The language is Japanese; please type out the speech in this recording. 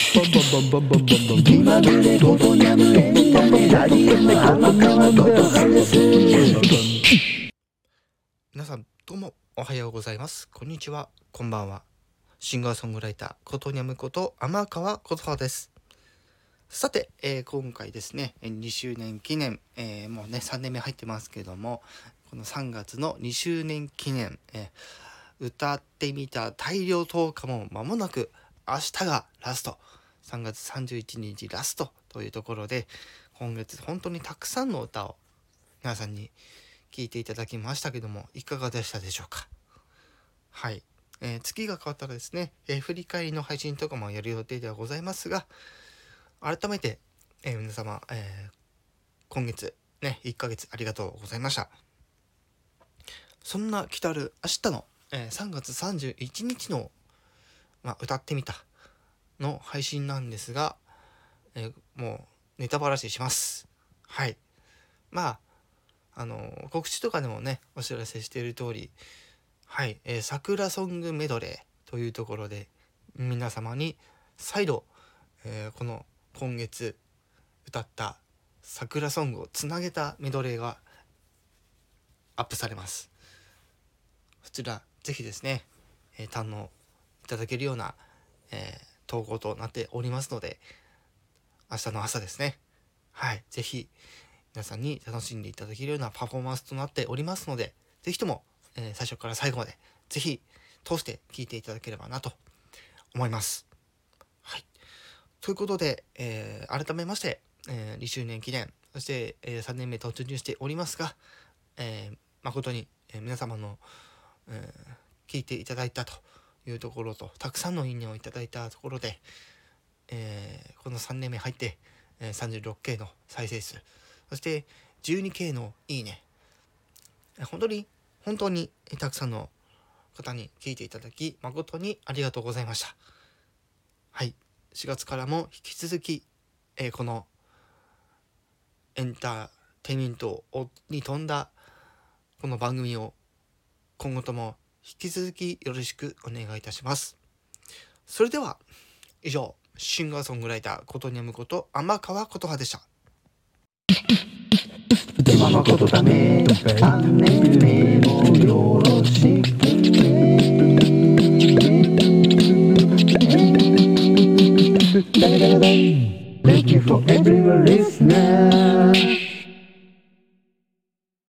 気まぐれことにゃむエンタメラジオの天川ことはです。 皆さんどうもおはようございます。こんにちは、こんばんは。シンガーソングライターことにゃむこと天川ことはです。さて、今回ですね2周年記念、もうね3年目入ってますけども、この3月の2周年記念、歌ってみた大量投下も間もなく明日がラスト、3月31日ラストというところで、今月本当にたくさんの歌を皆さんに聴いていただきましたけども、いかがでしたでしょうか。はい、月が変わったらですね、振り返りの配信とかもやる予定ではございますが、改めて、皆様、今月ね1ヶ月ありがとうございました。そんな来たる明日の、3月31日の、歌ってみたの配信なんですが、もうネタバラシします。はい、告知とかでもねお知らせしている通り、はい、桜ソングメドレーというところで皆様に再度、この今月歌った桜ソングをつなげたメドレーがアップされます。そちらぜひですね、堪能いただけるような、投稿となっておりますので、明日の朝ですね、はい、ぜひ皆さんに楽しんでいただけるようなパフォーマンスとなっておりますので、ぜひとも、最初から最後までぜひ通して聴いていただければなと思います。はい、ということで、改めまして、2周年記念、そして、3年目突入しておりますが、誠に、皆様の、聞いていただいたというところと、たくさんのいいねをいただいたところで、この3年目入って、36K の再生数、そして 12K のいいね、本当にたくさんの方に聞いていただき誠にありがとうございました。はい、4月からも引き続き、このエンターテインメントに富んだこの番組を今後とも引き続きよろしくお願いいたします。それでは以上、シンガーソングライターことにゃむこと天川ことはでした。 でも誠だね、3年目も